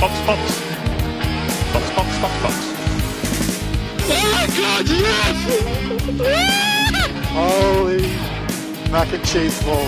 Box. Box. Oh God, yes! Holy mac and cheese balls.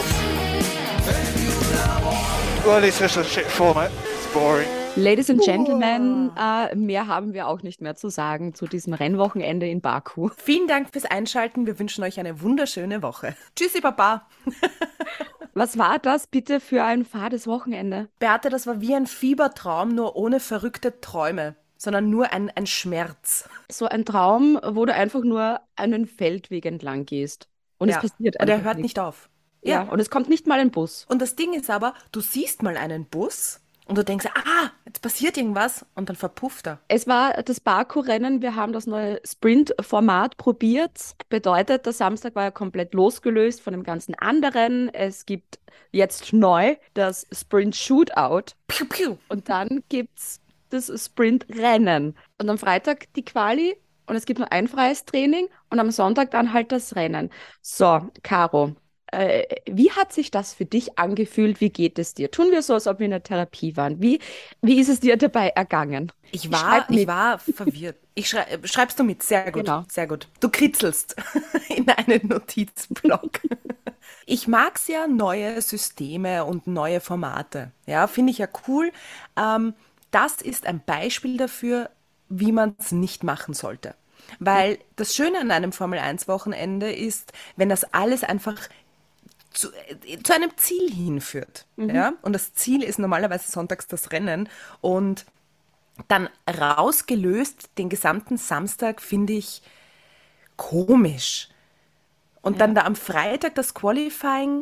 Well, it's just a shit format. It's boring. Ladies and Gentlemen, mehr haben wir auch nicht mehr zu sagen zu diesem Rennwochenende in Baku. Vielen Dank fürs Einschalten. Wir wünschen euch eine wunderschöne Woche. Tschüssi, Papa. Was war das bitte für ein fades Wochenende? Beate, das war wie ein Fiebertraum, nur ohne verrückte Träume, sondern nur ein Schmerz. So ein Traum, wo du einfach nur einen Feldweg entlang gehst. Und es passiert einfach Und er hört nicht auf. Ja, und es kommt nicht mal ein Bus. Und das Ding ist aber, du siehst mal einen Bus und du denkst, jetzt passiert irgendwas und dann verpufft er. Es war das Baku-Rennen, wir haben das neue Sprint-Format probiert. Bedeutet, der Samstag war ja komplett losgelöst von dem ganzen anderen. Es gibt jetzt neu das Sprint-Shootout. Piu, piu. Und dann gibt's das Sprint-Rennen. Und am Freitag die Quali und es gibt nur ein freies Training und am Sonntag dann halt das Rennen. So, Caro, wie hat sich das für dich angefühlt? Wie geht es dir? Tun wir so, als ob wir in der Therapie waren. Wie ist es dir dabei ergangen? Ich war verwirrt. Schreibst du mit? Sehr gut, Genau. Sehr gut. Du kritzelst in einen Notizblock. Ich mag's ja, neue Systeme und neue Formate. Ja, finde ich ja cool. Das ist ein Beispiel dafür, wie man es nicht machen sollte. Weil das Schöne an einem Formel-1-Wochenende ist, wenn das alles einfach zu einem Ziel hinführt. Ja? Und das Ziel ist normalerweise sonntags das Rennen. Und dann rausgelöst den gesamten Samstag finde ich komisch. Und dann da am Freitag das Qualifying,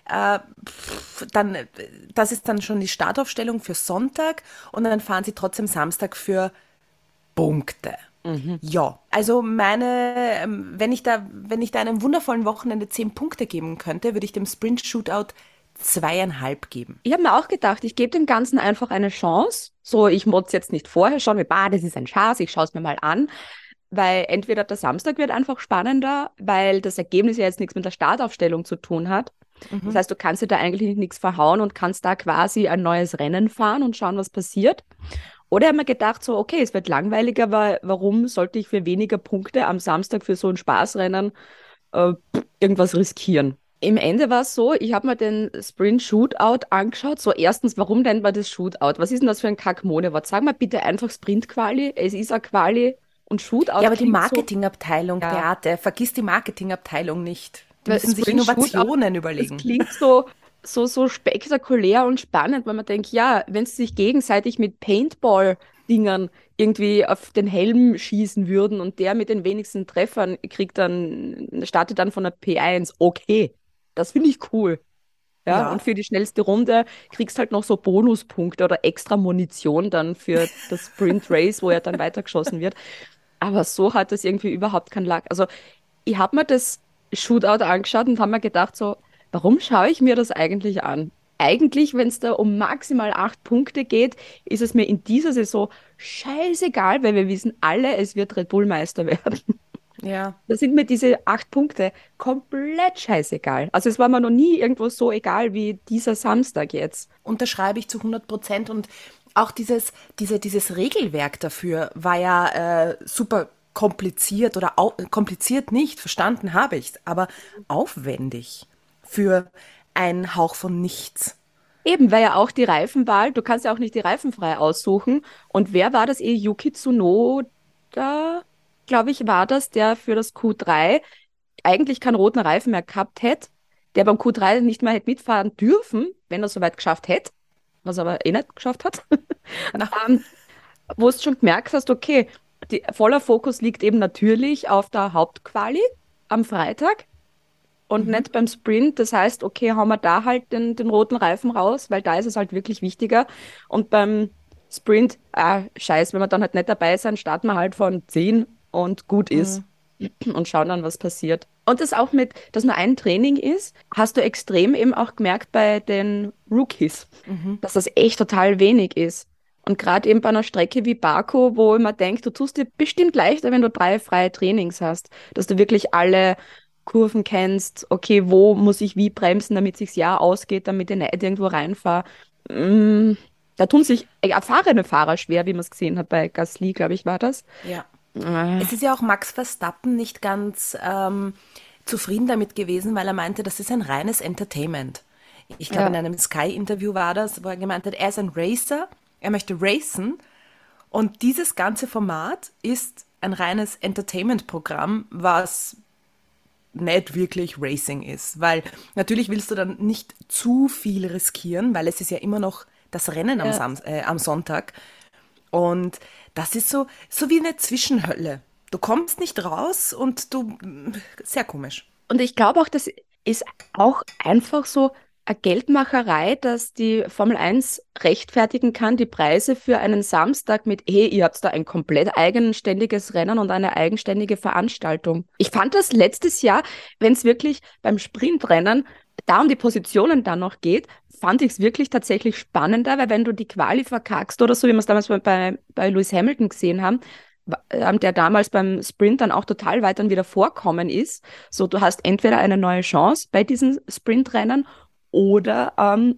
das ist dann schon die Startaufstellung für Sonntag und dann fahren sie trotzdem Samstag für Punkte. Ja, also wenn ich da einem wundervollen Wochenende 10 Punkte geben könnte, würde ich dem Sprint-Shootout 2,5 geben. Ich habe mir auch gedacht, ich gebe dem Ganzen einfach eine Chance. So, ich muss jetzt nicht vorher schauen, das ist ein Schatz, ich schaue es mir mal an. Weil entweder der Samstag wird einfach spannender, weil das Ergebnis ja jetzt nichts mit der Startaufstellung zu tun hat. Das heißt, du kannst dir da eigentlich nichts verhauen und kannst da quasi ein neues Rennen fahren und schauen, was passiert. Oder ich habe mir gedacht, so, okay, es wird langweiliger, weil warum sollte ich für weniger Punkte am Samstag für so ein Spaßrennen irgendwas riskieren? Im Ende war es so, ich habe mir den Sprint Shootout angeschaut. So, erstens, warum nennt man das Shootout? Was ist denn das für ein Kack-Monewort? Sag mal bitte einfach Sprint-Quali. Es ist eine Quali und Shootout. Ja, aber die klingt Marketingabteilung, Ja. Beate, vergiss die Marketingabteilung nicht. Die Weil müssen sich Sprint Innovationen Shootout, überlegen. Es klingt so spektakulär und spannend, weil man denkt, ja, wenn sie sich gegenseitig mit Paintball-Dingern irgendwie auf den Helm schießen würden und der mit den wenigsten Treffern startet dann von der P1, okay, das finde ich cool. Ja, Ja. und für die schnellste Runde kriegst halt noch so Bonuspunkte oder extra Munition dann für das Sprint Race, wo ja dann weitergeschossen wird. Aber so hat das irgendwie überhaupt keinen Lack. Also ich habe mir das Shootout angeschaut und habe mir gedacht so, warum schaue ich mir das eigentlich an? Eigentlich, wenn es da um maximal 8 Punkte geht, ist es mir in dieser Saison scheißegal, weil wir wissen alle, es wird Red Bull Meister werden. Ja. Da sind mir diese 8 Punkte komplett scheißegal. Also es war mir noch nie irgendwo so egal wie dieser Samstag jetzt. Unterschreibe ich zu 100% und auch dieses Regelwerk dafür war ja super kompliziert oder kompliziert nicht, verstanden habe ich es, aber aufwendig für einen Hauch von nichts. Eben, weil ja auch die Reifenwahl, du kannst ja auch nicht die Reifen frei aussuchen. Und wer war das? Yuki Tsunoda, glaube ich, war das, der für das Q3 eigentlich keinen roten Reifen mehr gehabt hätte, der beim Q3 nicht mehr hätte mitfahren dürfen, wenn er soweit geschafft hätte, was er aber eh nicht geschafft hat. Na. Wo du schon gemerkt hast, okay, voller Fokus liegt eben natürlich auf der Hauptquali am Freitag und nicht beim Sprint. Das heißt, okay, hauen wir da halt den roten Reifen raus, weil da ist es halt wirklich wichtiger. Und beim Sprint, scheiß, wenn wir dann halt nicht dabei sind, starten wir halt von 10 und gut ist. Und schauen dann, was passiert. Und das auch mit, dass nur ein Training ist, hast du extrem eben auch gemerkt bei den Rookies, dass das echt total wenig ist. Und gerade eben bei einer Strecke wie Baku, wo man denkt, du tust dir bestimmt leichter, wenn du 3 freie Trainings hast, dass du wirklich alle Kurven kennst, okay, wo muss ich wie bremsen, damit es sich ja ausgeht, damit ich nicht irgendwo reinfahre. Da tun sich erfahrene Fahrer schwer, wie man es gesehen hat bei Gasly, glaube ich, war das. Ja. Äh, Es ist ja auch Max Verstappen nicht ganz zufrieden damit gewesen, weil er meinte, das ist ein reines Entertainment. Ich glaube, Ja. in einem Sky-Interview war das, wo er gemeint hat, er ist ein Racer, er möchte racen und dieses ganze Format ist ein reines Entertainment-Programm, was nicht wirklich Racing ist, weil natürlich willst du dann nicht zu viel riskieren, weil es ist ja immer noch das Rennen Ja. am Sonntag und das ist so wie eine Zwischenhölle. Du kommst nicht raus und sehr komisch. Und ich glaube auch, das ist auch einfach so eine Geldmacherei, dass die Formel 1 rechtfertigen kann, die Preise für einen Samstag mit, hey, ihr habt da ein komplett eigenständiges Rennen und eine eigenständige Veranstaltung. Ich fand das letztes Jahr, wenn es wirklich beim Sprintrennen da um die Positionen dann noch geht, fand ich es wirklich tatsächlich spannender, weil wenn du die Quali verkackst oder so, wie wir es damals bei Lewis Hamilton gesehen haben, der damals beim Sprint dann auch total weit dann wieder vorkommen ist. So, du hast entweder eine neue Chance bei diesen Sprintrennen oder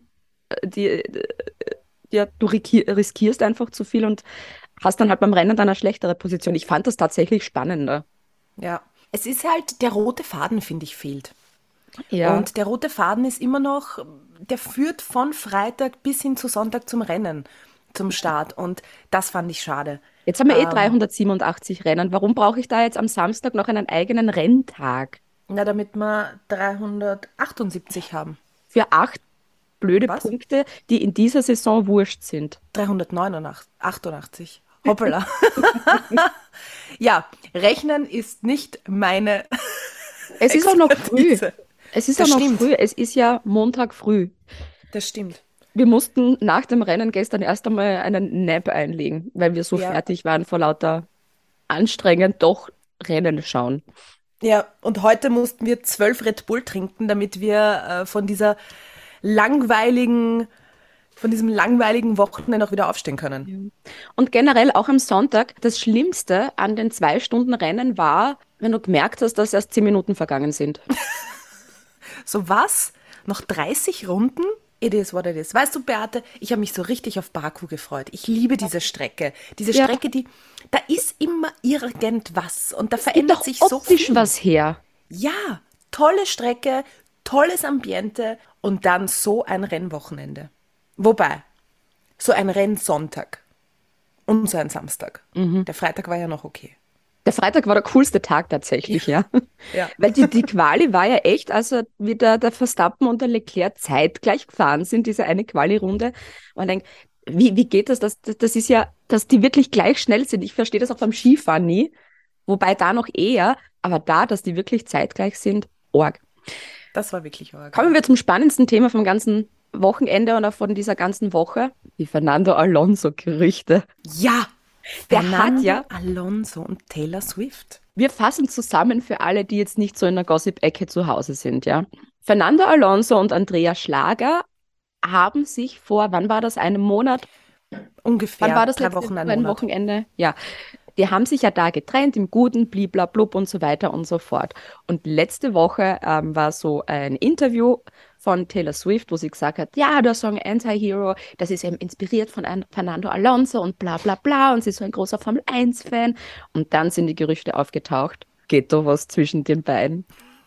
du riskierst einfach zu viel und hast dann halt beim Rennen dann eine schlechtere Position. Ich fand das tatsächlich spannender. Ja. Es ist halt, der rote Faden, finde ich, fehlt. Ja. Und der rote Faden ist immer noch, der führt von Freitag bis hin zu Sonntag zum Rennen, zum Start. Und das fand ich schade. Jetzt haben wir 387 Rennen. Warum brauche ich da jetzt am Samstag noch einen eigenen Renntag? Na, damit wir 378 haben. Für 8 blöde Was? Punkte, die in dieser Saison wurscht sind. 388. Hoppala. Ja, Rechnen ist nicht meine Es ist auch noch früh. Expertise. Es ist Das auch noch stimmt. früh. Es ist ja Montag früh. Das stimmt. Wir mussten nach dem Rennen gestern erst einmal einen Nap einlegen, weil wir so Ja. fertig waren vor lauter anstrengend doch Rennen schauen. Ja, und heute mussten wir 12 Red Bull trinken, damit wir von diesem langweiligen Wochenende auch wieder aufstehen können. Und generell auch am Sonntag, das Schlimmste an den 2 Stunden Rennen war, wenn du gemerkt hast, dass erst 10 Minuten vergangen sind. So was? Noch 30 Runden? It is what it is. Weißt du, Beate, ich habe mich so richtig auf Baku gefreut. Ich liebe diese Strecke. Diese Ja. Strecke, da ist immer irgendwas und da Gibt verändert doch sich so optisch viel. was her. Ja, tolle Strecke, tolles Ambiente und dann so ein Rennwochenende. Wobei, so ein Rennsonntag und so ein Samstag. Der Freitag war ja noch okay. Der Freitag war der coolste Tag tatsächlich, ja. Ja. Weil die Quali war ja echt, also wie der Verstappen und der Leclerc zeitgleich gefahren sind, diese eine Quali-Runde. Man denkt, wie geht das? Das ist ja, dass die wirklich gleich schnell sind. Ich verstehe das auch beim Skifahren nie, wobei da noch eher, aber da, dass die wirklich zeitgleich sind, arg. Das war wirklich arg. Kommen wir zum spannendsten Thema vom ganzen Wochenende oder von dieser ganzen Woche. Die Fernando Alonso-Gerüchte. Ja, Der Fernando hat ja- Alonso und Taylor Swift. Wir fassen zusammen für alle, die jetzt nicht so in der Gossip-Ecke zu Hause sind, ja. Fernando Alonso und Andrea Schlager haben sich vor, wann war das, einem Monat? Ungefähr Wann war das 3 letzte Wochen, ein ein Monat. Wochenende? Ja. Die haben sich ja da getrennt, im Guten, bliblablub und so weiter und so fort. Und letzte Woche war so ein Interview von Taylor Swift, wo sie gesagt hat, ja, der Song Anti-Hero, das ist eben inspiriert von Fernando Alonso und bla bla bla und sie ist so ein großer Formel-1-Fan. Und dann sind die Gerüchte aufgetaucht, geht da was zwischen den beiden?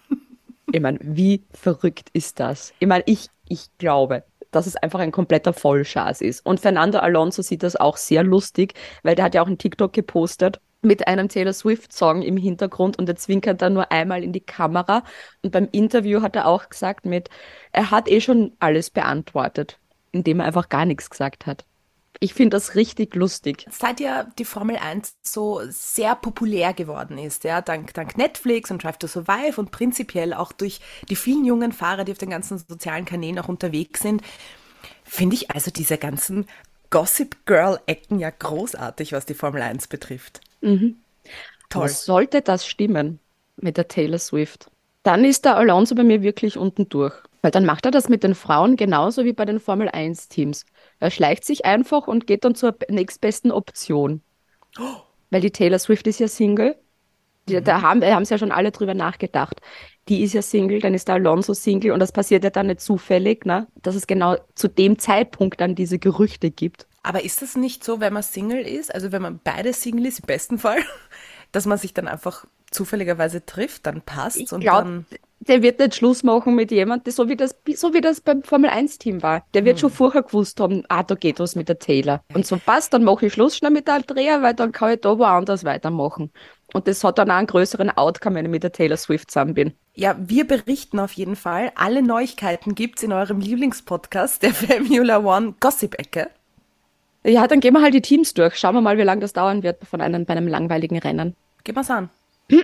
Ich meine, wie verrückt ist das? Ich meine, ich glaube, dass es einfach ein kompletter Vollschaß ist. Und Fernando Alonso sieht das auch sehr lustig, weil der hat ja auch einen TikTok gepostet mit einem Taylor Swift-Song im Hintergrund und er zwinkert dann nur einmal in die Kamera. Und beim Interview hat er auch gesagt er hat schon alles beantwortet, indem er einfach gar nichts gesagt hat. Ich finde das richtig lustig. Seit ja die Formel 1 so sehr populär geworden ist, ja, dank Netflix und Drive to Survive und prinzipiell auch durch die vielen jungen Fahrer, die auf den ganzen sozialen Kanälen auch unterwegs sind, finde ich also diese ganzen Gossip Girl-Ecken ja großartig, was die Formel 1 betrifft. Aber sollte das stimmen mit der Taylor Swift, dann ist der Alonso bei mir wirklich unten durch. Weil dann macht er das mit den Frauen genauso wie bei den Formel-1-Teams. Er schleicht sich einfach und geht dann zur nächstbesten Option. Weil die Taylor Swift ist ja Single. Da haben es ja schon alle drüber nachgedacht. die ist ja Single, dann ist der Alonso Single und das passiert ja dann nicht zufällig, ne? Dass es genau zu dem Zeitpunkt dann diese Gerüchte gibt. Aber ist das nicht so, wenn man Single ist, also wenn man beide Single ist, im besten Fall, dass man sich dann einfach zufälligerweise trifft, dann passt Ich und glaube, dann... der wird nicht Schluss machen mit jemandem, so wie das beim Formel-1-Team war. Der wird schon vorher gewusst haben, da geht was mit der Taylor. Und so passt, dann mache ich Schluss schnell mit der Andrea, weil dann kann ich da woanders weitermachen. Und das hat dann auch einen größeren Outcome, wenn ich mit der Taylor Swift zusammen bin. Ja, wir berichten auf jeden Fall. Alle Neuigkeiten gibt's in eurem Lieblingspodcast, der Formula One Gossip-Ecke. Ja, dann gehen wir halt die Teams durch. Schauen wir mal, wie lange das dauern wird bei einem langweiligen Rennen. Gehen wir's an.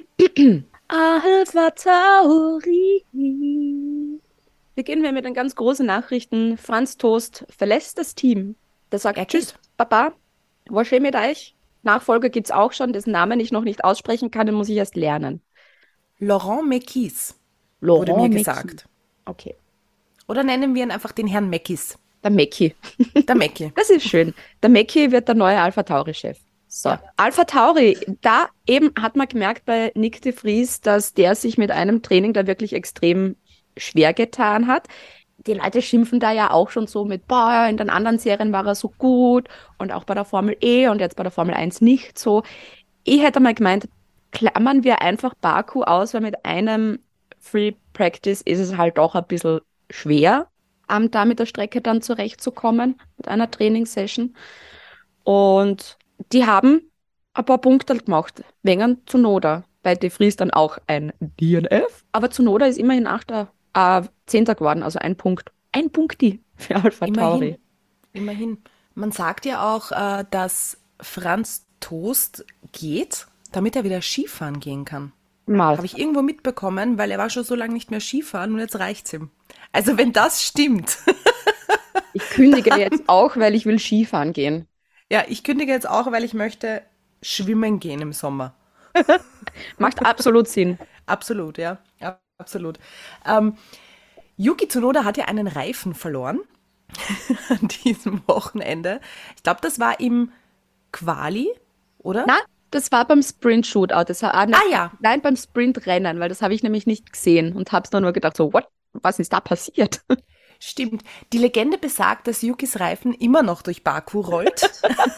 Alpha Tauri. Beginnen wir mit den ganz großen Nachrichten. Franz Toast verlässt das Team. Der sagt, tschüss, Papa, war schön mit euch. Nachfolger gibt's auch schon, dessen Namen ich noch nicht aussprechen kann, den muss ich erst lernen. Laurent Mekies Laurent wurde mir Mekies. gesagt. Okay, Oder nennen wir ihn einfach den Herrn Mekies. der Mecki. Der Mecki. Das ist schön. Der Mecki wird der neue Alpha Tauri-Chef. So, Ja. Alpha Tauri, da eben hat man gemerkt bei Nick de Vries, dass der sich mit einem Training da wirklich extrem schwer getan hat. Die Leute schimpfen da ja auch schon so mit, boah, in den anderen Serien war er so gut und auch bei der Formel E und jetzt bei der Formel 1 nicht so. Ich hätte mal gemeint, klammern wir einfach Baku aus, weil mit einem Free Practice ist es halt doch ein bisschen schwer, da mit der Strecke dann zurechtzukommen, mit einer Trainingssession. Und die haben ein paar Punkte gemacht, wegen Tsunoda. Bei De Vries dann auch ein DNF. Aber Tsunoda ist immerhin 10. geworden, also ein Punkt. Ein Punkti für Alpha Tauri. Immerhin. Man sagt ja auch, dass Franz Toast geht, damit er wieder Skifahren gehen kann. Mal. Habe ich irgendwo mitbekommen, weil er war schon so lange nicht mehr Skifahren und jetzt reicht's ihm. Also wenn das stimmt. Ich kündige jetzt auch, weil ich will Skifahren gehen. Ja, ich kündige jetzt auch, weil ich möchte schwimmen gehen im Sommer. Macht absolut Sinn. Absolut, ja. Ja, absolut. Yuki Tsunoda hat ja einen Reifen verloren an diesem Wochenende. Ich glaube, das war im Quali, oder? Na, das war beim Sprint-Shootout. Ja. Nein, beim Sprintrennen, weil das habe ich nämlich nicht gesehen und habe es dann nur gedacht, so, was ist da passiert? Stimmt. Die Legende besagt, dass Yukis Reifen immer noch durch Baku rollt.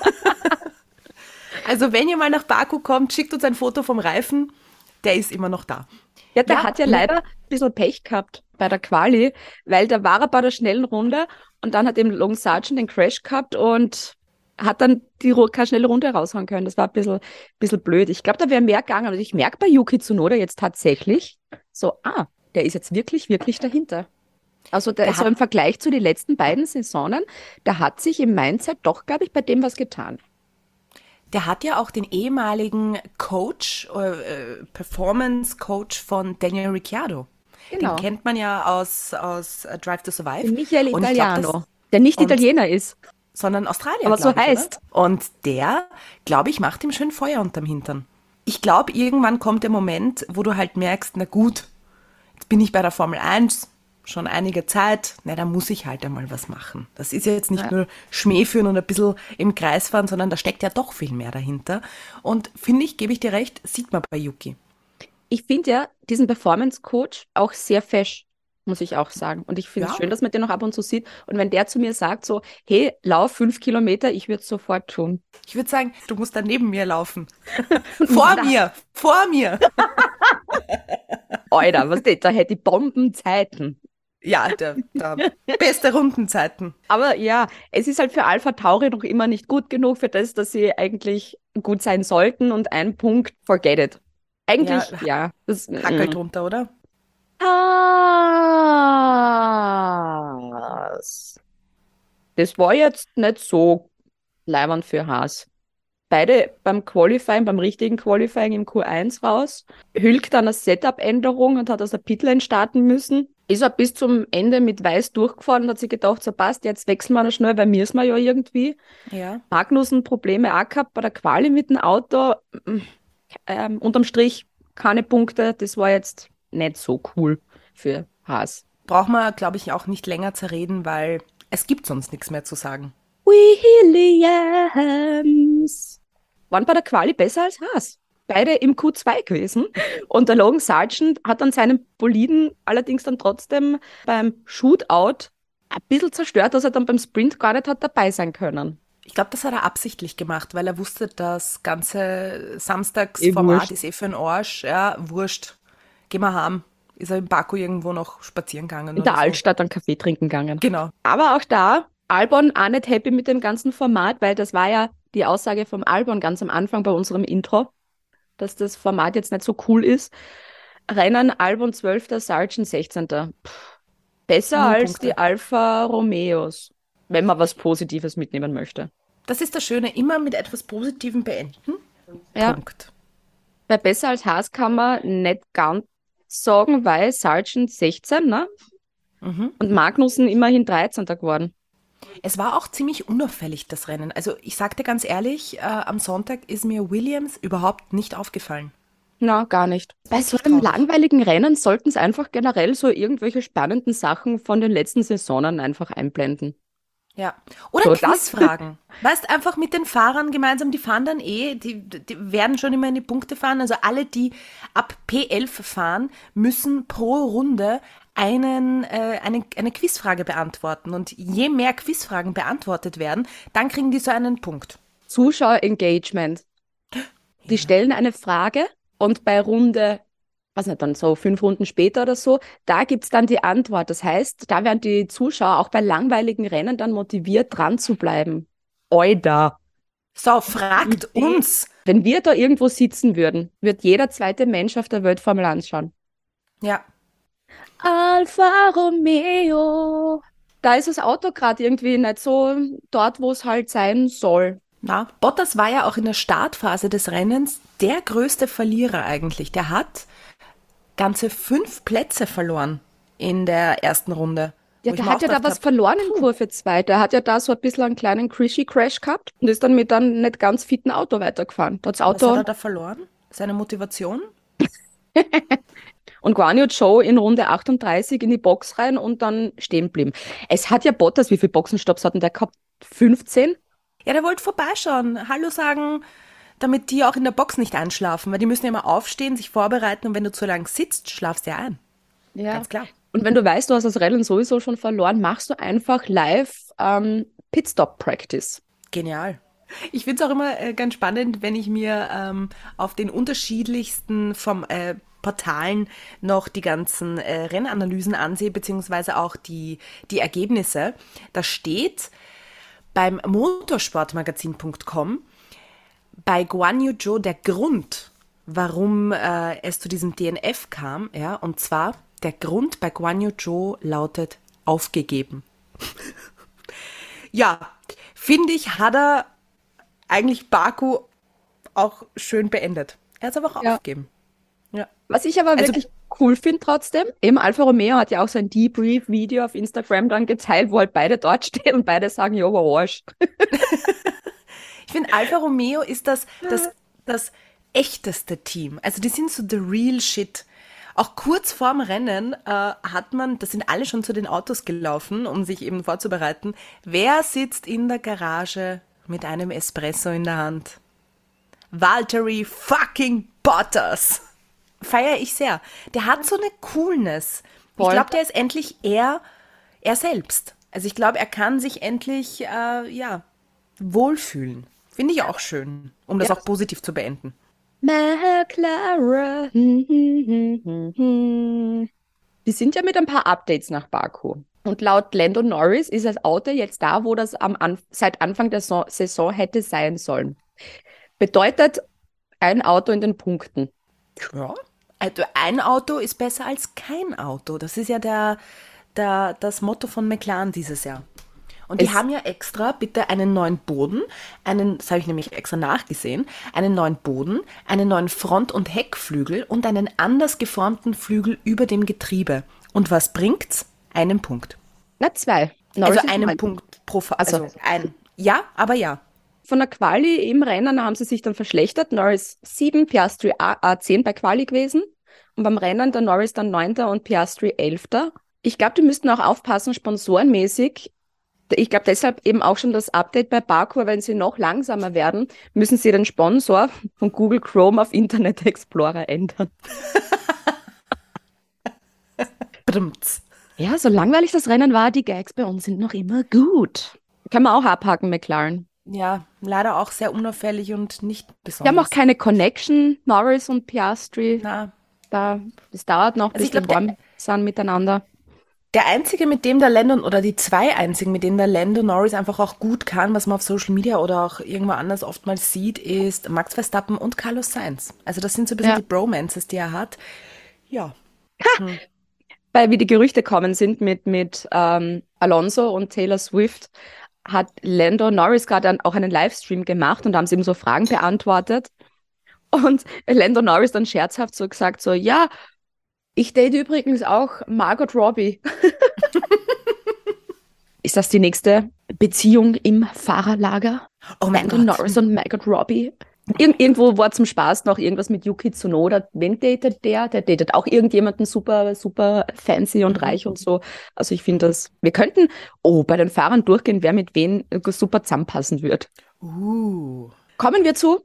Also wenn ihr mal nach Baku kommt, schickt uns ein Foto vom Reifen. Der ist immer noch da. Ja, der hat ja leider ein bisschen Pech gehabt bei der Quali, weil da war er bei der schnellen Runde und dann hat eben Logan Sargent den Crash gehabt und hat dann keine schnelle Runde raushauen können. Das war ein bisschen blöd. Ich glaube, da wäre mehr gegangen. Und ich merke bei Yuki Tsunoda jetzt tatsächlich so, der ist jetzt wirklich, wirklich dahinter. Also so im Vergleich zu den letzten beiden Saisonen, da hat sich im Mindset doch, glaube ich, bei dem was getan. Der hat ja auch den ehemaligen Coach, Performance-Coach von Daniel Ricciardo. Genau. Den kennt man ja aus Drive to Survive. Den Michael Und ich glaub, Italiano, der nicht Italiener ist. sondern Australier, Aber so glaub ich, heißt. Oder? Und der, glaube ich, macht ihm schön Feuer unterm Hintern. Ich glaube, irgendwann kommt der Moment, wo du halt merkst, na gut, jetzt bin ich bei der Formel 1, schon einige Zeit, da muss ich halt einmal was machen. Das ist ja jetzt nicht nur Schmäh führen und ein bisschen im Kreis fahren, sondern da steckt ja doch viel mehr dahinter. Und finde ich, gebe ich dir recht, sieht man bei Yuki. Ich finde ja diesen Performance-Coach auch sehr fesch, muss ich auch sagen. Und ich finde es schön, dass man den noch ab und zu sieht. Und wenn der zu mir sagt so, hey, lauf 5 Kilometer, ich würde es sofort tun. Ich würde sagen, du musst dann neben mir laufen. Vor mir. Alter, da hätte ich Bombenzeiten. Ja, der beste Rundenzeiten. Aber ja, es ist halt für Alpha Tauri noch immer nicht gut genug für das, dass sie eigentlich gut sein sollten. Und ein Punkt, forget it. Eigentlich, ja. Hackelt drunter, oder? Das war jetzt nicht so leiwand für Haas. Beide beim Qualifying, beim richtigen Qualifying im Q1 raus. Hülk dann eine Setup-Änderung und hat aus der Pitlane starten müssen. Ist er bis zum Ende mit Weiß durchgefahren und hat sich gedacht, so passt, jetzt wechseln wir noch schnell, weil müssen wir ja irgendwie. Ja. Magnussen Probleme auch gehabt bei der Quali mit dem Auto. Unterm Strich keine Punkte. Das war jetzt nicht so cool für Haas. Braucht man, glaube ich, auch nicht länger zerreden, weil es gibt sonst nichts mehr zu sagen. Williams waren bei der Quali besser als Haas. beide im Q2 gewesen. Und der Logan Sargent hat dann seinen Boliden allerdings dann trotzdem beim Shootout ein bisschen zerstört, dass er dann beim Sprint gar nicht hat dabei sein können. Ich glaube, das hat er absichtlich gemacht, weil er wusste, das ganze wurscht. Samstagsformat ist für den Arsch. Ja, wurscht. Gehen wir heim. Ist er in Baku irgendwo noch spazieren gegangen? In der oder so? Altstadt einen Kaffee trinken gegangen. Genau. Aber auch da, Albon auch nicht happy mit dem ganzen Format, weil das war ja die Aussage vom Albon ganz am Anfang bei unserem Intro, dass das Format jetzt nicht so cool ist. Rennen Albon 12., Sargent 16. Besser 0 als Punkte. die Alfa Romeos, wenn man was Positives mitnehmen möchte. Das ist das Schöne, immer mit etwas Positivem beenden. Ja. Punkt. Bei besser als Haas kann man nicht ganz sagen, weil Sargent 16, ne? Und Magnussen immerhin 13. geworden. Es war auch ziemlich unauffällig, das Rennen. Also ich sagte ganz ehrlich, am Sonntag ist mir Williams überhaupt nicht aufgefallen. Na, gar nicht. Bei so einem traurig. langweiligen Rennen sollten es einfach generell so irgendwelche spannenden Sachen von den letzten Saisonen einfach einblenden. Ja. Oder So, das- Quizfragen. Weißt, einfach mit den Fahrern gemeinsam, die fahren dann die werden schon immer in die Punkte fahren. Also alle, die ab P11 fahren, müssen pro Runde eine Quizfrage beantworten. Und je mehr Quizfragen beantwortet werden, dann kriegen die so einen Punkt. Zuschauer-Engagement. Die stellen eine Frage und bei Runde, was nicht, dann so 5 Runden später oder so, da gibt es dann die Antwort. Das heißt, da werden die Zuschauer auch bei langweiligen Rennen dann motiviert, dran zu bleiben. Oida. So, fragt uns. Wenn wir da irgendwo sitzen würden, wird jeder zweite Mensch auf der Welt Formel 1 schauen. Ja. Alfa Romeo. Da ist das Auto gerade irgendwie nicht so dort, wo es halt sein soll. Na, Bottas war ja auch in der Startphase des Rennens der größte Verlierer eigentlich. Der hat ganze 5 Plätze verloren in der ersten Runde. Ja, Wo ich der mir hat auch ja da gedacht was hab, verloren in Kurve 2. Der hat ja da so ein bisschen einen kleinen Crash gehabt und ist dann mit einem nicht ganz fitten Auto weitergefahren. Da hat's Was hat Auto er da verloren? Seine Motivation? und Guan Yu Zhou in Runde 38 in die Box rein und dann stehen geblieben. Es hat ja Bottas, wie viele Boxenstopps hat denn der gehabt? 15? Ja, der wollte vorbeischauen, Hallo sagen, damit die auch in der Box nicht einschlafen, weil die müssen ja immer aufstehen, sich vorbereiten und wenn du zu lang sitzt, schlafst du ja ein. Ja. Ganz klar. Und wenn du weißt, du hast das Rennen sowieso schon verloren, machst du einfach live Pitstop-Practice. Genial. Ich finde es auch immer ganz spannend, wenn ich mir auf den unterschiedlichsten Portalen noch die ganzen Rennanalysen ansehe, beziehungsweise auch die Ergebnisse. Da steht beim motorsportmagazin.com bei Guan Yu Zhou der Grund, warum es zu diesem DNF kam, ja, und zwar der Grund bei Guan Yu Zhou lautet aufgegeben. Ja, finde ich, hat er eigentlich Baku auch schön beendet. Er hat es aber auch Ja. aufgegeben. Ja. Was ich aber wirklich cool finde trotzdem, eben Alfa Romeo hat ja auch so ein Debrief-Video auf Instagram dann geteilt, wo halt beide dort stehen und beide sagen, jo, war Arsch. Ich finde, Alfa Romeo ist das echteste Team. Also die sind so the real shit. Auch kurz vorm Rennen hat man, da sind alle schon zu den Autos gelaufen, um sich eben vorzubereiten. Wer sitzt in der Garage mit einem Espresso in der Hand? Valtteri fucking Bottas. Feiere ich sehr. Der hat so eine Coolness. Voll. Ich glaube, der ist endlich er selbst. Also ich glaube, er kann sich endlich wohlfühlen. Finde ich auch schön, um das Ja. auch positiv zu beenden. McLaren. Die sind ja mit ein paar Updates nach Baku. Und laut Lando Norris ist das Auto jetzt da, wo das seit Anfang der Saison hätte sein sollen. Bedeutet ein Auto in den Punkten. Ja. Also ein Auto ist besser als kein Auto. Das ist ja das Motto von McLaren dieses Jahr. Und die Es- haben ja extra bitte einen neuen Boden, das habe ich nämlich extra nachgesehen, einen neuen Boden, einen neuen Front- und Heckflügel und einen anders geformten Flügel über dem Getriebe. Und was bringt's? Einen Punkt. Na, 2. Norris Also ist einen 9. Punkt pro Fahrer. Also- Also ein. Ja, aber ja. Von der Quali im Rennen haben sie sich dann verschlechtert. Norris 7, Piastri 10 bei Quali gewesen. Und beim Rennen der Norris dann 9. und Piastri 11. Ich glaube, die müssten auch aufpassen, sponsorenmäßig Ich glaube deshalb eben auch schon das Update bei Parkour, wenn sie noch langsamer werden, müssen sie den Sponsor von Google Chrome auf Internet Explorer ändern. Brumms. Ja, so langweilig das Rennen war, die Gags bei uns sind noch immer gut. Kann man auch abhaken, McLaren. Ja, leider auch sehr unauffällig und nicht Wir besonders. haben auch keine Connection, Norris und Piastri. Na, Das dauert noch, Also bis ich glaub, wir warm sind miteinander. der einzige, mit dem der Lando, oder die zwei einzigen, mit denen der Lando Norris einfach auch gut kann, was man auf Social Media oder auch irgendwo anders oftmals sieht, ist Max Verstappen und Carlos Sainz. Also das sind so ein bisschen Ja. die Bromances, die er hat. Ja. Weil wie die Gerüchte kommen sind mit Alonso und Taylor Swift, hat Lando Norris gerade auch einen Livestream gemacht und haben sie ihm so Fragen beantwortet. Und Lando Norris dann scherzhaft so gesagt, so, ja, ich date übrigens auch Margot Robbie. Ist das die nächste Beziehung im Fahrerlager? Oh mein Lando Gott. Norris und Margot Robbie. Irgendwo war zum Spaß noch irgendwas mit Yuki Tsunoda. Wen datet der? Der datet auch irgendjemanden super, super fancy und reich und so. Also ich finde wir könnten, bei den Fahrern durchgehen, wer mit wen super zusammenpassen wird. Kommen wir zu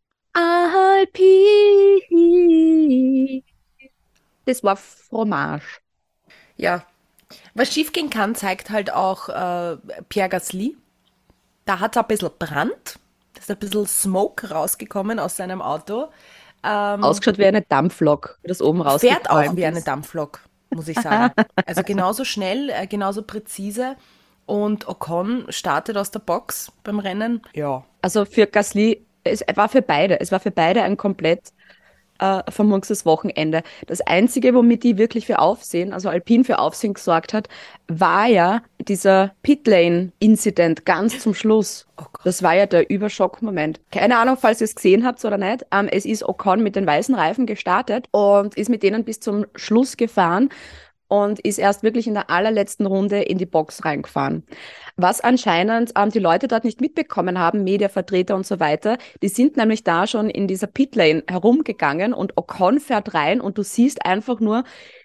Alpine. Das war Fromage. Ja. Was schiefgehen kann, zeigt halt auch Pierre Gasly. Da hat er ein bisschen Brand. Da ist ein bisschen Smoke rausgekommen aus seinem Auto. Ausgeschaut wie eine Dampflok, das oben Fährt rausgefallen auch wie eine ist. Dampflok, muss ich sagen. Also genauso schnell, genauso präzise. Und Ocon startet aus der Box beim Rennen. Ja. Also für Gasly, es war für beide ein komplett vermurkstes Wochenende. Das Einzige, womit die wirklich für Aufsehen, also Alpine für Aufsehen gesorgt hat, war ja dieser Pitlane-Incident ganz zum Schluss. Oh Gott. Das war ja der Überschockmoment. Keine Ahnung, falls ihr es gesehen habt oder nicht. Es ist Ocon mit den weißen Reifen gestartet und ist mit denen bis zum Schluss gefahren und ist erst wirklich in der allerletzten Runde in die Box reingefahren. Was anscheinend die Leute dort nicht mitbekommen haben, Mediavertreter und so weiter, die sind nämlich da schon in dieser Pitlane herumgegangen und Ocon fährt rein und du siehst einfach nur,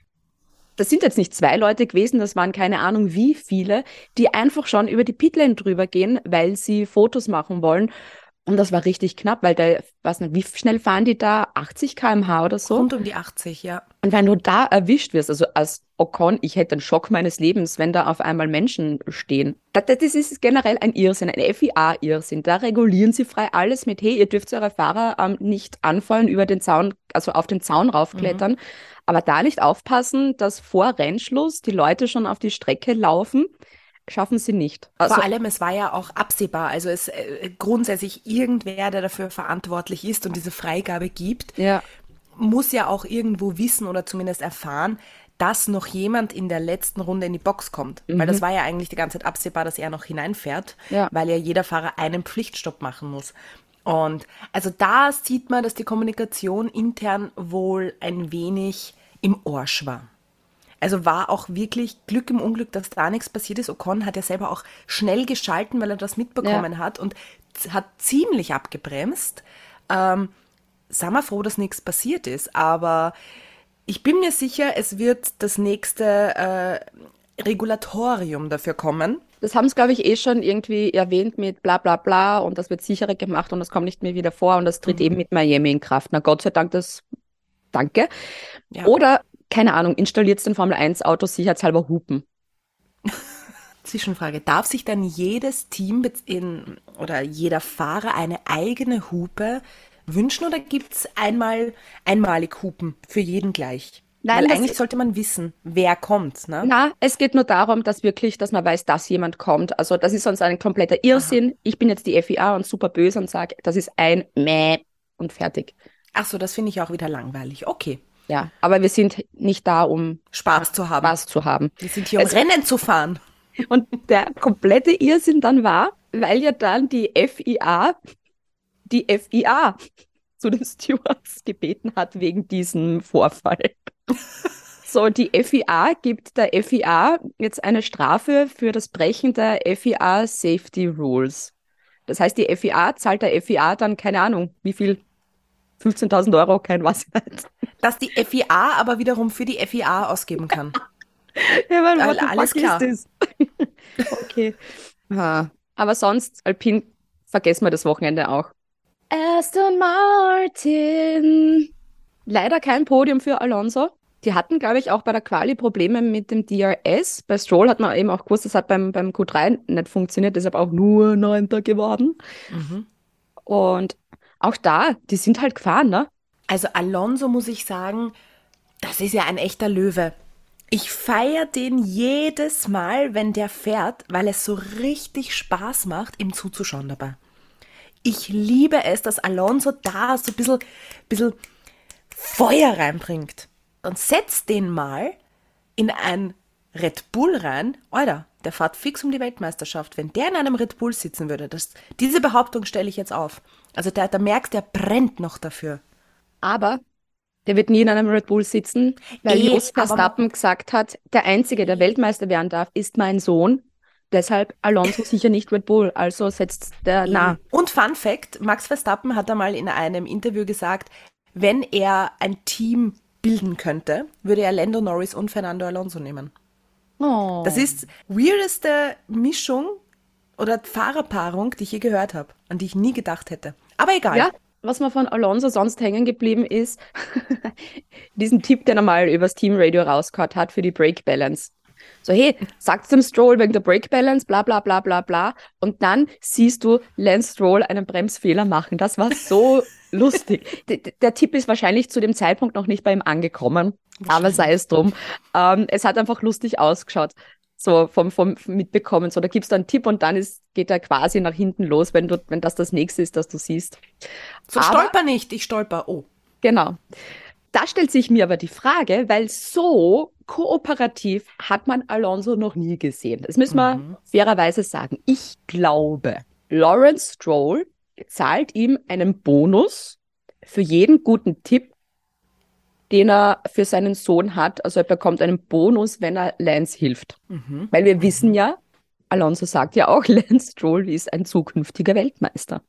das sind jetzt nicht 2 Leute gewesen, das waren keine Ahnung wie viele, die einfach schon über die Pitlane drüber gehen, weil sie Fotos machen wollen. Und das war richtig knapp, weil weiß nicht, wie schnell fahren die da? 80 km/h oder so? Rund um die 80, ja. Und wenn du da erwischt wirst, also als Ocon, ich hätte den Schock meines Lebens, wenn da auf einmal Menschen stehen. Das ist generell ein Irrsinn, ein FIA-Irrsinn. Da regulieren sie frei alles mit, hey, ihr dürft eure Fahrer nicht anfallen, über den Zaun, also auf den Zaun raufklettern, aber da nicht aufpassen, dass vor Rennschluss die Leute schon auf die Strecke laufen, schaffen sie nicht. Also, Vor allem, es war ja auch absehbar, also es grundsätzlich irgendwer, der dafür verantwortlich ist und diese Freigabe gibt, ja. muss ja auch irgendwo wissen oder zumindest erfahren, dass noch jemand in der letzten Runde in die Box kommt. Weil das war ja eigentlich die ganze Zeit absehbar, dass er noch hineinfährt, Ja. weil ja jeder Fahrer einen Pflichtstopp machen muss. Und also da sieht man, dass die Kommunikation intern wohl ein wenig im Arsch war. Also war auch wirklich Glück im Unglück, dass da nichts passiert ist. Ocon hat ja selber auch schnell geschalten, weil er das mitbekommen hat und hat ziemlich abgebremst. Sei mal froh, dass nichts passiert ist. Aber ich bin mir sicher, es wird das nächste Regulatorium dafür kommen. Das haben sie, glaube ich, schon irgendwie erwähnt mit bla bla bla und das wird sicherer gemacht und das kommt nicht mehr wieder vor und das tritt eben mit Miami in Kraft. Na Gott sei Dank, danke. Ja. Oder, keine Ahnung, installiert den Formel-1-Auto sicherheitshalber Hupen. Zwischenfrage, darf sich dann jedes Team oder jeder Fahrer eine eigene Hupe wünschen oder gibt es einmalig Hupen für jeden gleich? Nein, Weil das eigentlich sollte man wissen, wer kommt. Ne? Na, es geht nur darum, dass man weiß, dass jemand kommt. Also das ist sonst ein kompletter Irrsinn. Ich bin jetzt die FIA und super böse und sage, das ist ein Mäh und fertig. Ach so, das finde ich auch wieder langweilig. Okay, Ja, aber wir sind nicht da, um Spaß zu haben. Spaß zu haben. Wir sind hier, um Rennen zu fahren. Und der komplette Irrsinn dann war, weil ja dann die FIA zu den Stewards gebeten hat wegen diesem Vorfall. So, die FIA gibt der FIA jetzt eine Strafe für das Brechen der FIA Safety Rules. Das heißt, die FIA zahlt der FIA dann, keine Ahnung, wie viel? 15.000 Euro, kein was nicht. Dass die FIA aber wiederum für die FIA ausgeben kann. Ja, mein, what the Alles fuck klar. ist das? Okay. Aber sonst, Alpine, vergessen wir das Wochenende auch. Aston Martin. Leider kein Podium für Alonso. Die hatten, glaube ich, auch bei der Quali Probleme mit dem DRS. Bei Stroll hat man eben auch gewusst, das hat beim Q3 nicht funktioniert, deshalb auch nur Neunter geworden. Und auch da, die sind halt gefahren, ne? Also Alonso, muss ich sagen, das ist ja ein echter Löwe. Ich feiere den jedes Mal, wenn der fährt, weil es so richtig Spaß macht, ihm zuzuschauen dabei. Ich liebe es, dass Alonso da so ein bisschen Feuer reinbringt. Und setzt den mal in ein Red Bull rein. Alter, der fährt fix um die Weltmeisterschaft. Wenn der in einem Red Bull sitzen würde, diese Behauptung stelle ich jetzt auf. Also da merkst du, der brennt noch dafür. Aber der wird nie in einem Red Bull sitzen, weil Jos aber Verstappen gesagt hat, der Einzige, der Weltmeister werden darf, ist mein Sohn. Deshalb Alonso sicher nicht Red Bull. Also setzt der nah. Und Fun Fact, Max Verstappen hat einmal in einem Interview gesagt, wenn er ein Team bilden könnte, würde er Lando Norris und Fernando Alonso nehmen. Oh. Das ist weirdeste Mischung oder Fahrerpaarung, die ich je gehört habe, an die ich nie gedacht hätte. Aber egal. Ja, was mir von Alonso sonst hängen geblieben ist, diesen Tipp, den er mal übers Teamradio rausgehört hat für die Brake Balance. So, hey, sagt's dem Stroll wegen der Brake Balance, bla bla bla bla bla. Und dann siehst du Lance Stroll einen Bremsfehler machen. Das war so lustig. Der Tipp ist wahrscheinlich zu dem Zeitpunkt noch nicht bei ihm angekommen, aber sei es drum. Es hat einfach lustig ausgeschaut. So vom Mitbekommen. So, da gibst du einen Tipp und dann geht er quasi nach hinten los, wenn das nächste ist, das du siehst. So stolper nicht, ich stolper. Oh. Genau. Da stellt sich mir aber die Frage, weil so kooperativ hat man Alonso noch nie gesehen. Das müssen wir fairerweise sagen. Ich glaube, Lawrence Stroll zahlt ihm einen Bonus für jeden guten Tipp, den er für seinen Sohn hat. Also er bekommt einen Bonus, wenn er Lance hilft. Weil wir wissen ja, Alonso sagt ja auch, Lance Stroll ist ein zukünftiger Weltmeister.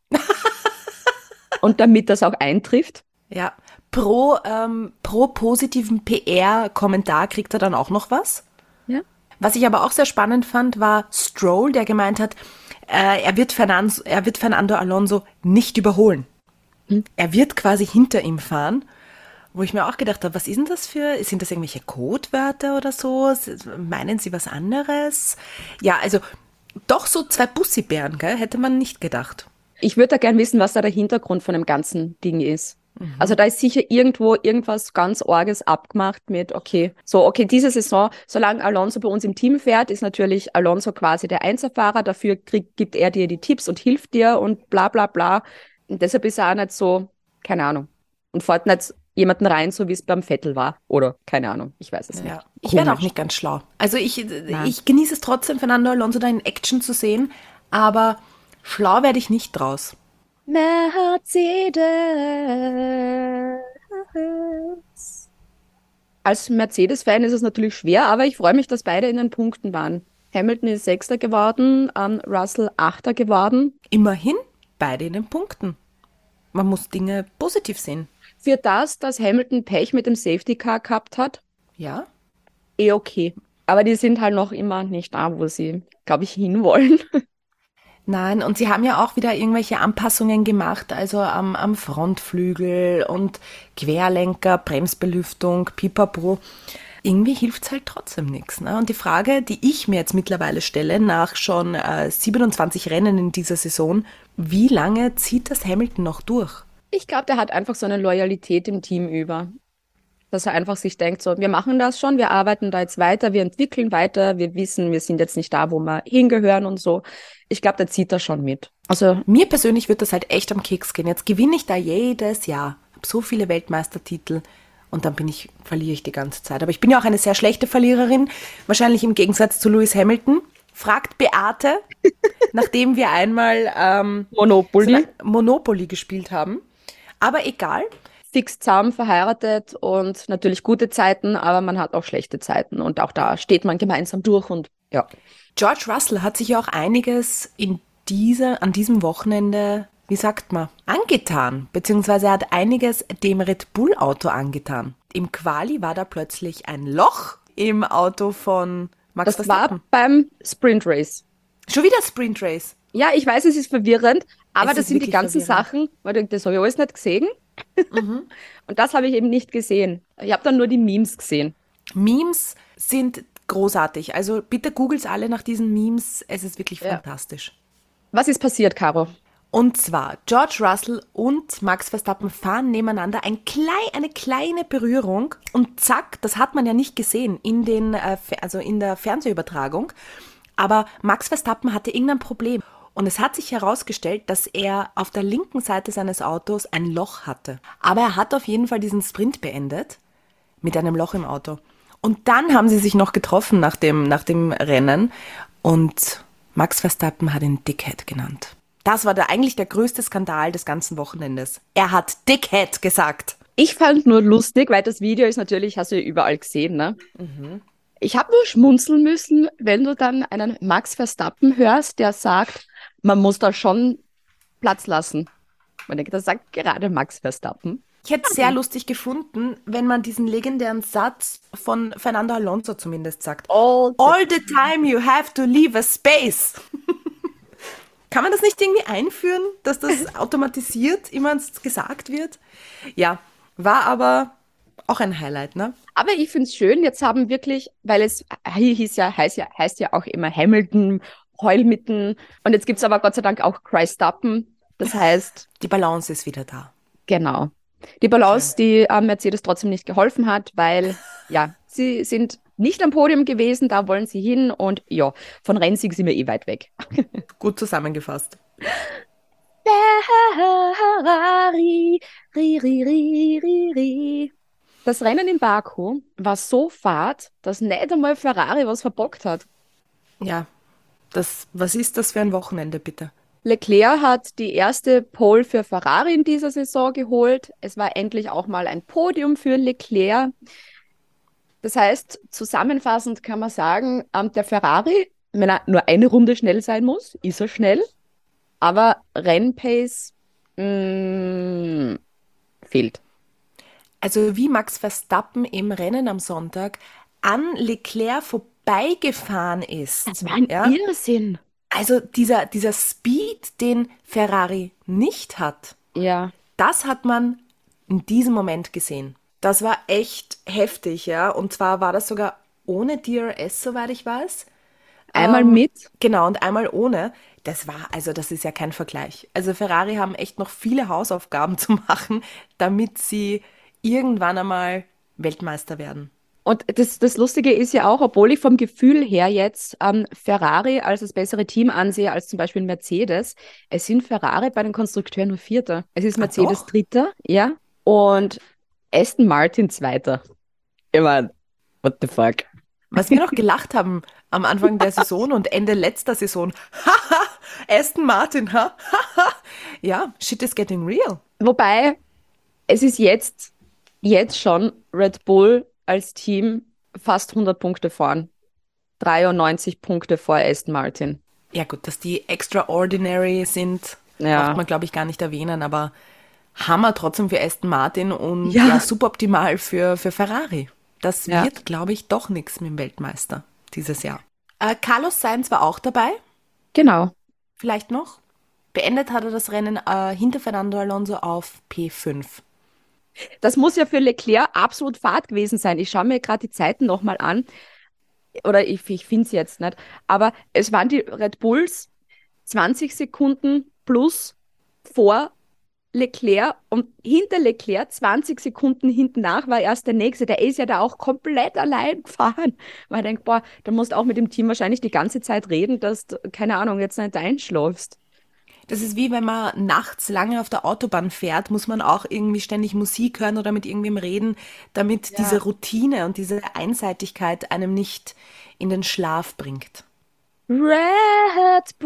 Und damit das auch eintrifft, ja, pro positiven PR-Kommentar kriegt er dann auch noch was. ja. Was ich aber auch sehr spannend fand, war Stroll, der gemeint hat, er wird Fernando Alonso nicht überholen. Er wird quasi hinter ihm fahren, wo ich mir auch gedacht habe, was ist denn das sind das irgendwelche Codewörter oder so? Meinen Sie was anderes? Ja, also doch so zwei Bussibären, gell? Hätte man nicht gedacht. Ich würde da gern wissen, was da der Hintergrund von dem ganzen Ding ist. Also da ist sicher irgendwo irgendwas ganz Orges abgemacht mit, okay, diese Saison, solange Alonso bei uns im Team fährt, ist natürlich Alonso quasi der Einzelfahrer, dafür gibt er dir die Tipps und hilft dir und bla bla bla. Und deshalb ist er auch nicht so, keine Ahnung, und fährt nicht jemanden rein, so wie es beim Vettel war. Oder, keine Ahnung, ich weiß es nicht. Ich werde auch nicht ganz schlau. Also ich genieße es trotzdem, Fernando Alonso da in Action zu sehen, aber schlau werde ich nicht draus. Mercedes. Als Mercedes-Fan ist es natürlich schwer, aber ich freue mich, dass beide in den Punkten waren. Hamilton ist Sechster geworden, Russell Achter geworden. Immerhin beide in den Punkten. Man muss Dinge positiv sehen. Für das, dass Hamilton Pech mit dem Safety Car gehabt hat, Ja? okay. Aber die sind halt noch immer nicht da, wo sie, glaube ich, hinwollen. Nein, und sie haben ja auch wieder irgendwelche Anpassungen gemacht, also am Frontflügel und Querlenker, Bremsbelüftung, pipapo. Irgendwie hilft's halt trotzdem nichts. Ne? Und die Frage, die ich mir jetzt mittlerweile stelle, nach schon 27 Rennen in dieser Saison, wie lange zieht das Hamilton noch durch? Ich glaube, der hat einfach so eine Loyalität im Team über. Dass er einfach sich denkt, so, wir machen das schon, wir arbeiten da jetzt weiter, wir entwickeln weiter, wir wissen, wir sind jetzt nicht da, wo wir hingehören und so. Ich glaube, der zieht das schon mit. Also Mir persönlich wird das halt echt am Keks gehen. Jetzt gewinne ich da jedes Jahr. Habe so viele Weltmeistertitel und dann verliere ich die ganze Zeit. Aber ich bin ja auch eine sehr schlechte Verliererin, wahrscheinlich im Gegensatz zu Lewis Hamilton. Fragt Beate, nachdem wir einmal Monopoly gespielt haben. Aber egal. fix zusammen, verheiratet und natürlich gute Zeiten, aber man hat auch schlechte Zeiten und auch da steht man gemeinsam durch und ja. George Russell hat sich ja auch einiges an diesem Wochenende, wie sagt man, angetan, beziehungsweise er hat einiges dem Red Bull Auto angetan. Im Quali war da plötzlich ein Loch im Auto von Max Das war Verstappen. beim Sprint Race. Schon wieder Sprint Race. Ja, ich weiß, es ist verwirrend, aber Es das ist sind die wirklich ganzen verwirrend. Sachen, weil das habe ich alles nicht gesehen. Mhm. Und das habe ich eben nicht gesehen. Ich habe dann nur die Memes gesehen. Memes sind großartig. Also bitte googelt alle nach diesen Memes. Es ist wirklich Ja. fantastisch. Was ist passiert, Caro? Und zwar, George Russell und Max Verstappen fahren nebeneinander, eine kleine Berührung und zack, das hat man ja nicht gesehen also in der Fernsehübertragung, aber Max Verstappen hatte irgendein Problem und es hat sich herausgestellt, dass er auf der linken Seite seines Autos ein Loch hatte. Aber er hat auf jeden Fall diesen Sprint beendet mit einem Loch im Auto. Und dann haben sie sich noch getroffen nach dem Rennen und Max Verstappen hat ihn Dickhead genannt. Das war eigentlich der größte Skandal des ganzen Wochenendes. Er hat Dickhead gesagt. Ich fand nur lustig, weil das Video ist natürlich, hast du ja überall gesehen, ne? Ich habe nur schmunzeln müssen, wenn du dann einen Max Verstappen hörst, der sagt, man muss da schon Platz lassen. Man denkt, das sagt gerade Max Verstappen. Ich hätte es sehr lustig gefunden, wenn man diesen legendären Satz von Fernando Alonso zumindest sagt. All All the time you have to leave a space. Kann man das nicht irgendwie einführen, dass das automatisiert immer gesagt wird? Ja, war aber auch ein Highlight, ne? Aber ich finde es schön, jetzt haben wirklich, weil es heißt ja auch immer Hamilton, Heulmitten und jetzt gibt es aber Gott sei Dank auch Verstappen. Das heißt, Die Balance ist wieder da. genau. Die Balance, die Mercedes trotzdem nicht geholfen hat, weil ja, sie sind nicht am Podium gewesen, da wollen sie hin und ja, von Rennsieg sind wir eh weit weg. Gut zusammengefasst. Ferrari, ri, ri, ri, ri, ri. Das Rennen in Baku war so fad, dass nicht einmal Ferrari was verbockt hat. Ja, was ist das für ein Wochenende, bitte? Leclerc hat die erste Pole für Ferrari in dieser Saison geholt. Es war endlich auch mal ein Podium für Leclerc. Das heißt, zusammenfassend kann man sagen, der Ferrari, wenn er nur eine Runde schnell sein muss, ist er schnell. Aber Rennpace fehlt. Also wie Max Verstappen im Rennen am Sonntag an Leclerc vorbeigefahren ist. Das war ein ja? Irrsinn. Also dieser Speed, den Ferrari nicht hat, Ja. das hat man in diesem Moment gesehen. Das war echt heftig, ja. Und zwar war das sogar ohne DRS, soweit ich weiß. Einmal mit. Genau, und einmal ohne. Das ist ja kein Vergleich. Also Ferrari haben echt noch viele Hausaufgaben zu machen, damit sie irgendwann einmal Weltmeister werden. Und das Lustige ist ja auch, obwohl ich vom Gefühl her jetzt Ferrari als das bessere Team ansehe als zum Beispiel Mercedes, es sind Ferrari bei den Konstrukteuren nur Vierter. Es ist Mercedes doch? Dritter, ja, und Aston Martin Zweiter. Ich meine, what the fuck? Was wir noch gelacht haben am Anfang der Saison und Ende letzter Saison. Haha, Aston Martin, ha? Ja, shit is getting real. Wobei, es ist jetzt schon Red Bull als Team fast 100 Punkte vorn. 93 Punkte vor Aston Martin. Ja gut, dass die extraordinary sind, Ja. braucht man glaube ich gar nicht erwähnen, aber Hammer trotzdem für Aston Martin und Ja. ja, suboptimal für Ferrari. Das Ja. wird, glaube ich, doch nichts mit dem Weltmeister dieses Jahr. Carlos Sainz war auch dabei, Genau. vielleicht noch. Beendet hat er das Rennen hinter Fernando Alonso auf P5. Das muss ja für Leclerc absolut Fahrt gewesen sein. Ich schaue mir gerade die Zeiten nochmal an. Oder ich finde es jetzt nicht. Aber es waren die Red Bulls 20 Sekunden plus vor Leclerc und hinter Leclerc 20 Sekunden hinten nach war erst der Nächste. Der ist ja da auch komplett allein gefahren. Weil ich denke, boah, da musst du auch mit dem Team wahrscheinlich die ganze Zeit reden, dass du, keine Ahnung, jetzt nicht einschläfst. Das ist wie wenn man nachts lange auf der Autobahn fährt, muss man auch irgendwie ständig Musik hören oder mit irgendwem reden, damit diese Routine und diese Einseitigkeit einem nicht in den Schlaf bringt. Red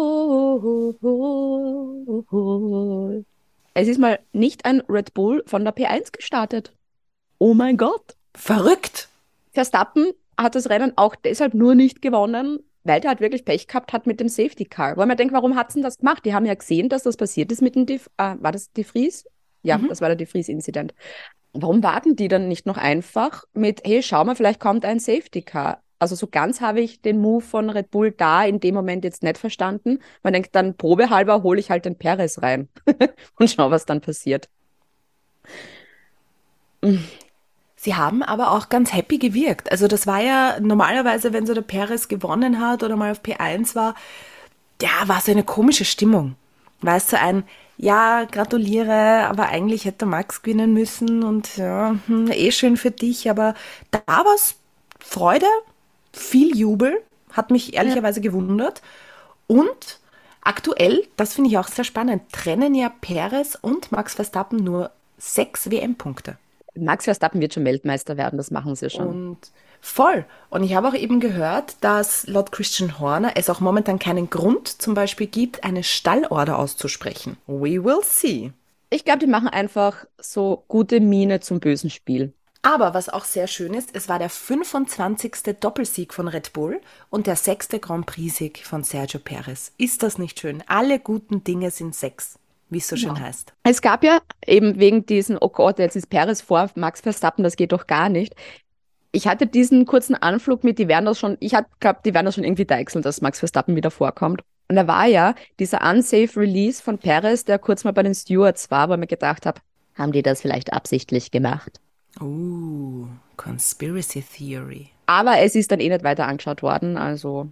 Bull. Es ist mal nicht ein Red Bull von der P1 gestartet. Oh mein Gott. Verrückt! Verstappen hat das Rennen auch deshalb nur nicht gewonnen, weil der halt wirklich Pech gehabt hat mit dem Safety Car. Weil man denkt, warum hat sie denn das gemacht? Die haben ja gesehen, dass das passiert ist mit dem war das De Vries? Ja, das war der De Vries-Incident. Warum warten die dann nicht noch einfach mit, hey, schau mal, vielleicht kommt ein Safety Car? Also so ganz habe ich den Move von Red Bull da in dem Moment jetzt nicht verstanden. Man denkt dann, probehalber hole ich halt den Perez rein und schau, was dann passiert. Sie haben aber auch ganz happy gewirkt. Also das war ja normalerweise, wenn so der Perez gewonnen hat oder mal auf P1 war, ja, war so eine komische Stimmung. Weißt du, ja, gratuliere, aber eigentlich hätte Max gewinnen müssen und ja, schön für dich, aber da war es Freude, viel Jubel, hat mich ehrlicherweise gewundert. Und aktuell, das finde ich auch sehr spannend, trennen ja Perez und Max Verstappen nur 6 WM-Punkte. Max Verstappen wird schon Weltmeister werden, das machen sie schon. Und voll. Und ich habe auch eben gehört, dass laut Christian Horner es auch momentan keinen Grund zum Beispiel gibt, eine Stallorder auszusprechen. We will see. Ich glaube, die machen einfach so gute Miene zum bösen Spiel. Aber was auch sehr schön ist, es war der 25. Doppelsieg von Red Bull und der 6. Grand Prix-Sieg von Sergio Perez. Ist das nicht schön? Alle guten Dinge sind 6, wie es so schön heißt. Es gab ja eben wegen diesen, oh Gott, jetzt ist Perez vor Max Verstappen, das geht doch gar nicht. Ich hatte diesen kurzen Anflug mit, die werden das schon irgendwie deichseln, dass Max Verstappen wieder vorkommt. Und da war ja dieser unsafe Release von Perez, der kurz mal bei den Stewards war, wo ich mir gedacht habe, haben die das vielleicht absichtlich gemacht? Conspiracy Theory. Aber es ist dann eh nicht weiter angeschaut worden, also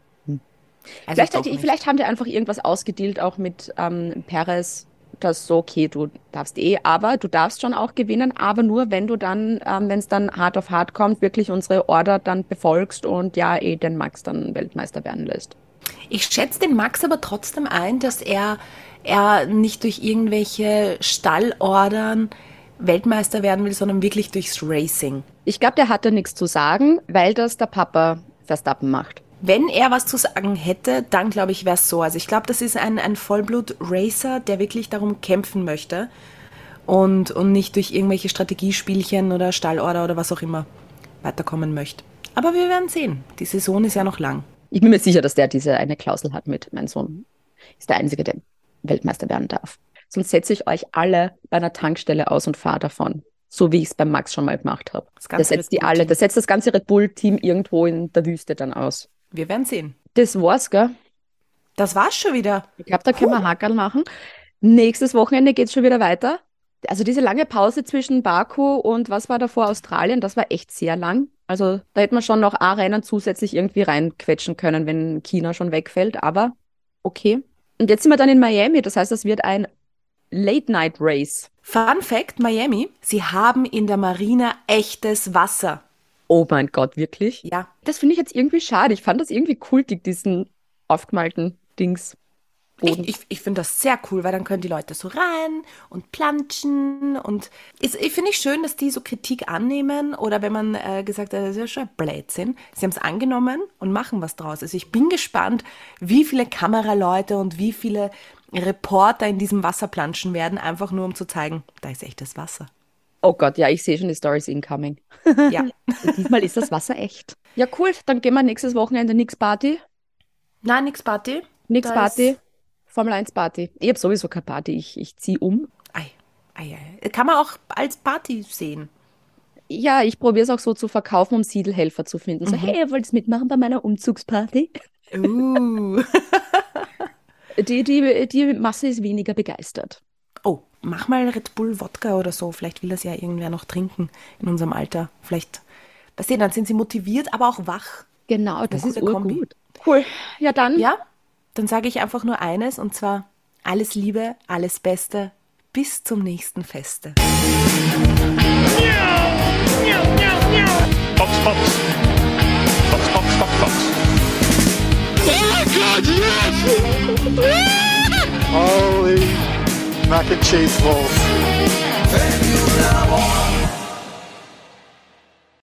vielleicht haben die einfach irgendwas ausgedealt, auch mit Perez, dass so, okay, du darfst aber du darfst schon auch gewinnen, aber nur, wenn du dann, wenn es dann hart auf hart kommt, wirklich unsere Order dann befolgst und den Max dann Weltmeister werden lässt. Ich schätze den Max aber trotzdem ein, dass er nicht durch irgendwelche Stallordern Weltmeister werden will, sondern wirklich durchs Racing. Ich glaube, der hat da nichts zu sagen, weil das der Papa Verstappen macht. Wenn er was zu sagen hätte, dann glaube ich, wäre es so. Also ich glaube, das ist ein Vollblut-Racer, der wirklich darum kämpfen möchte und nicht durch irgendwelche Strategiespielchen oder Stallorder oder was auch immer weiterkommen möchte. Aber wir werden sehen. Die Saison ist ja noch lang. Ich bin mir sicher, dass der diese eine Klausel hat mit, mein Sohn ist der Einzige, der Weltmeister werden darf. Sonst setze ich euch alle bei einer Tankstelle aus und fahre davon. So wie ich es beim Max schon mal gemacht habe. Das setzt das ganze Red Bull-Team irgendwo in der Wüste dann aus. Wir werden sehen. Das war's, gell? Das war's schon wieder. Ich glaube, da können wir Hackerl machen. Nächstes Wochenende geht's schon wieder weiter. Also diese lange Pause zwischen Baku und was war davor, Australien, das war echt sehr lang. Also da hätte man schon noch ein Rennen zusätzlich irgendwie reinquetschen können, wenn China schon wegfällt. Aber okay. Und jetzt sind wir dann in Miami. Das heißt, das wird ein Late-Night-Race. Fun Fact, Miami, sie haben in der Marina echtes Wasser. Oh mein Gott, wirklich? Ja. Das finde ich jetzt irgendwie schade. Ich fand das irgendwie kultig, diesen aufgemalten Dings. Ich finde das sehr cool, weil dann können die Leute so rein und planschen und ich finde es schön, dass die so Kritik annehmen oder wenn man gesagt hat, das ist ja schon ein Blödsinn. Sie haben es angenommen und machen was draus. Also ich bin gespannt, wie viele Kameraleute und wie viele Reporter in diesem Wasser planschen werden, einfach nur um zu zeigen, da ist echtes Wasser. Oh Gott, ja, ich sehe schon die Stories incoming. Ja. Diesmal ist das Wasser echt. Ja, cool. Dann gehen wir nächstes Wochenende nix Party. Nein, nix Party. Nix Party. Formel 1 Party. Ich habe sowieso keine Party. Ich ziehe um. Kann man auch als Party sehen. Ja, ich probiere es auch so zu verkaufen, um Siedelhelfer zu finden. So, hey, ihr wollt mitmachen bei meiner Umzugsparty? Die Masse ist weniger begeistert. Oh, mach mal Red Bull Wodka oder so. Vielleicht will das ja irgendwer noch trinken in unserem Alter. Vielleicht, weißt du, dann sind sie motiviert, aber auch wach. Genau, das ist Kombi. urgut. Cool. Ja, dann. Ja, dann sage ich einfach nur eines und zwar alles Liebe, alles Beste. Bis zum nächsten Feste. Box, Box. Box, Box, Box, Box. Oh my God, yes! Holy mac and cheese balls. Formula One.